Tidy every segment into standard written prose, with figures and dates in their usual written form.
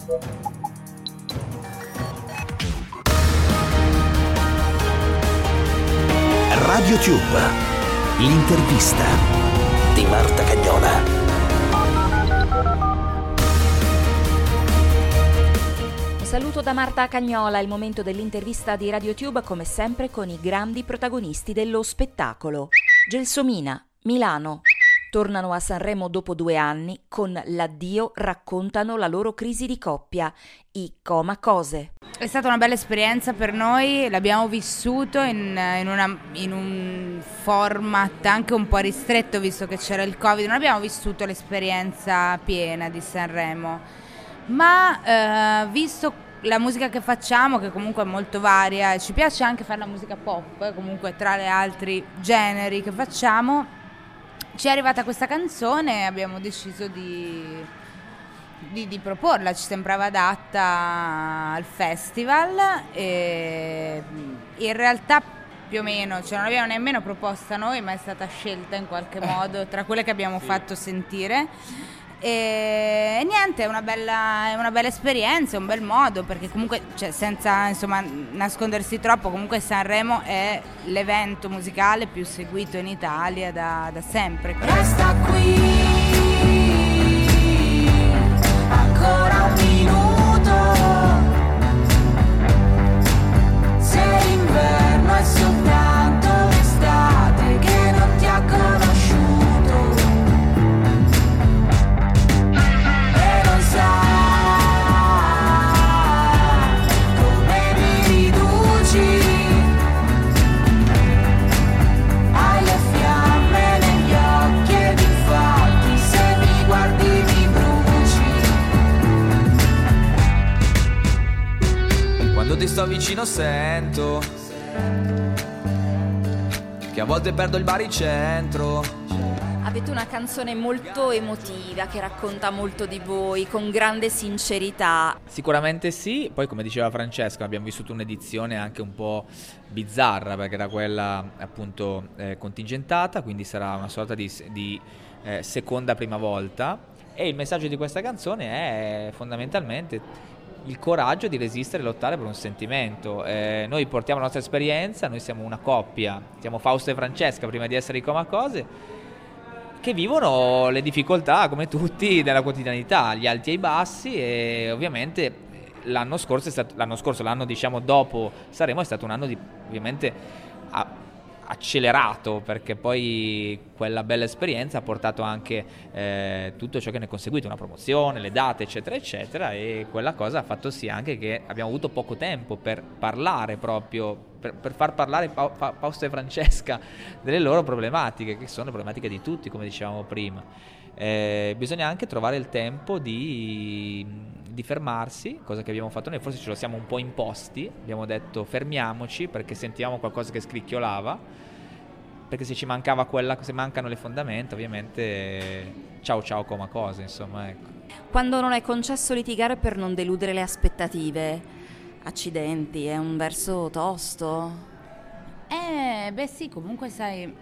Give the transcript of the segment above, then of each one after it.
Radio Tube, l'intervista di Marta Cagnola. Un saluto da Marta Cagnola, il momento dell'intervista di Radio Tube, come sempre con i grandi protagonisti dello spettacolo. Gelsomina, Milano. Tornano a Sanremo dopo 2 anni, con l'addio raccontano la loro crisi di coppia, i Coma Cose. È stata una bella esperienza per noi, l'abbiamo vissuto in un format anche un po' ristretto, visto che c'era il Covid, non abbiamo vissuto l'esperienza piena di Sanremo, ma visto la musica che facciamo, che comunque è molto varia, ci piace anche fare la musica pop, comunque tra gli altri generi che facciamo, ci è arrivata questa canzone e abbiamo deciso di proporla, ci sembrava adatta al festival e in realtà più o meno, non l'abbiamo nemmeno proposta noi, ma è stata scelta in qualche modo tra quelle che abbiamo fatto sentire e niente, è una bella esperienza, è un bel modo, perché comunque senza nascondersi troppo, comunque Sanremo è l'evento musicale più seguito in Italia da sempre. Resta qui ancora un minuto, se l'inverno è soltanto l'estate che non ti ha conosciuto e non sai come mi riduci, hai le fiamme negli occhi ed infatti se mi guardi mi bruci. Quando ti sto vicino sento che a volte perdo il baricentro. Avete una canzone molto emotiva che racconta molto di voi, con grande sincerità. Sicuramente sì, poi come diceva Francesca abbiamo vissuto un'edizione anche un po' bizzarra, perché era quella appunto contingentata, quindi sarà una sorta di seconda prima volta, e il messaggio di questa canzone è fondamentalmente il coraggio di resistere e lottare per un sentimento. Noi portiamo la nostra esperienza, noi siamo una coppia, siamo Fausto e Francesca prima di essere i Coma Cose, che vivono le difficoltà come tutti della quotidianità, gli alti e i bassi, e ovviamente l'anno diciamo dopo Sanremo è stato un anno ovviamente accelerato, perché poi quella bella esperienza ha portato anche tutto ciò che ne è conseguito, una promozione, le date eccetera eccetera, e quella cosa ha fatto sì anche che abbiamo avuto poco tempo per parlare proprio, per far parlare Fausto e Francesca delle loro problematiche, che sono problematiche di tutti, come dicevamo prima. Bisogna anche trovare il tempo di fermarsi, cosa che abbiamo fatto noi, forse ce lo siamo un po' imposti, abbiamo detto fermiamoci perché sentivamo qualcosa che scricchiolava, perché se ci mancava se mancano le fondamenta, ovviamente ciao Coma Cose, insomma, ecco. Quando non è concesso litigare per non deludere le aspettative, accidenti, è un verso tosto. Beh sì, comunque sai,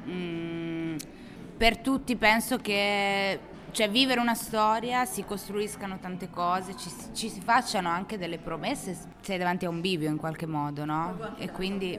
per tutti penso che vivere una storia, si costruiscano tante cose, ci si facciano anche delle promesse, sei davanti a un bivio in qualche modo, no? E quindi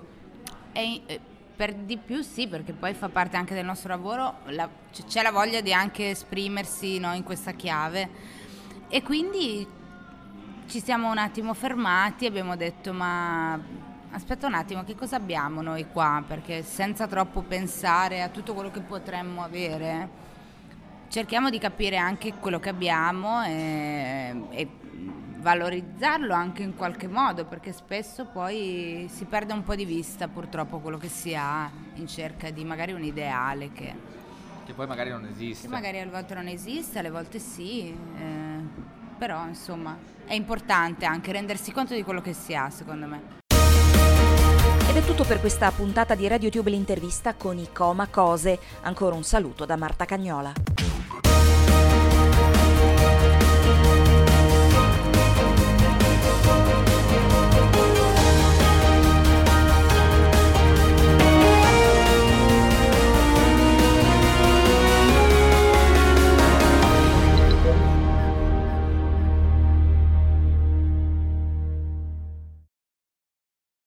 per di più sì, perché poi fa parte anche del nostro lavoro, c'è la voglia di anche esprimersi, no, in questa chiave, e quindi ci siamo un attimo fermati, abbiamo detto ma aspetta un attimo, che cosa abbiamo noi qua? Perché senza troppo pensare a tutto quello che potremmo avere, cerchiamo di capire anche quello che abbiamo e valorizzarlo anche in qualche modo, perché spesso poi si perde un po' di vista purtroppo quello che si ha in cerca di magari un ideale che poi magari non esiste. Che magari alle volte non esiste, alle volte sì, però insomma è importante anche rendersi conto di quello che si ha, secondo me. Ed è tutto per questa puntata di Radio Tube l'intervista con i Coma Cose. Ancora un saluto da Marta Cagnola.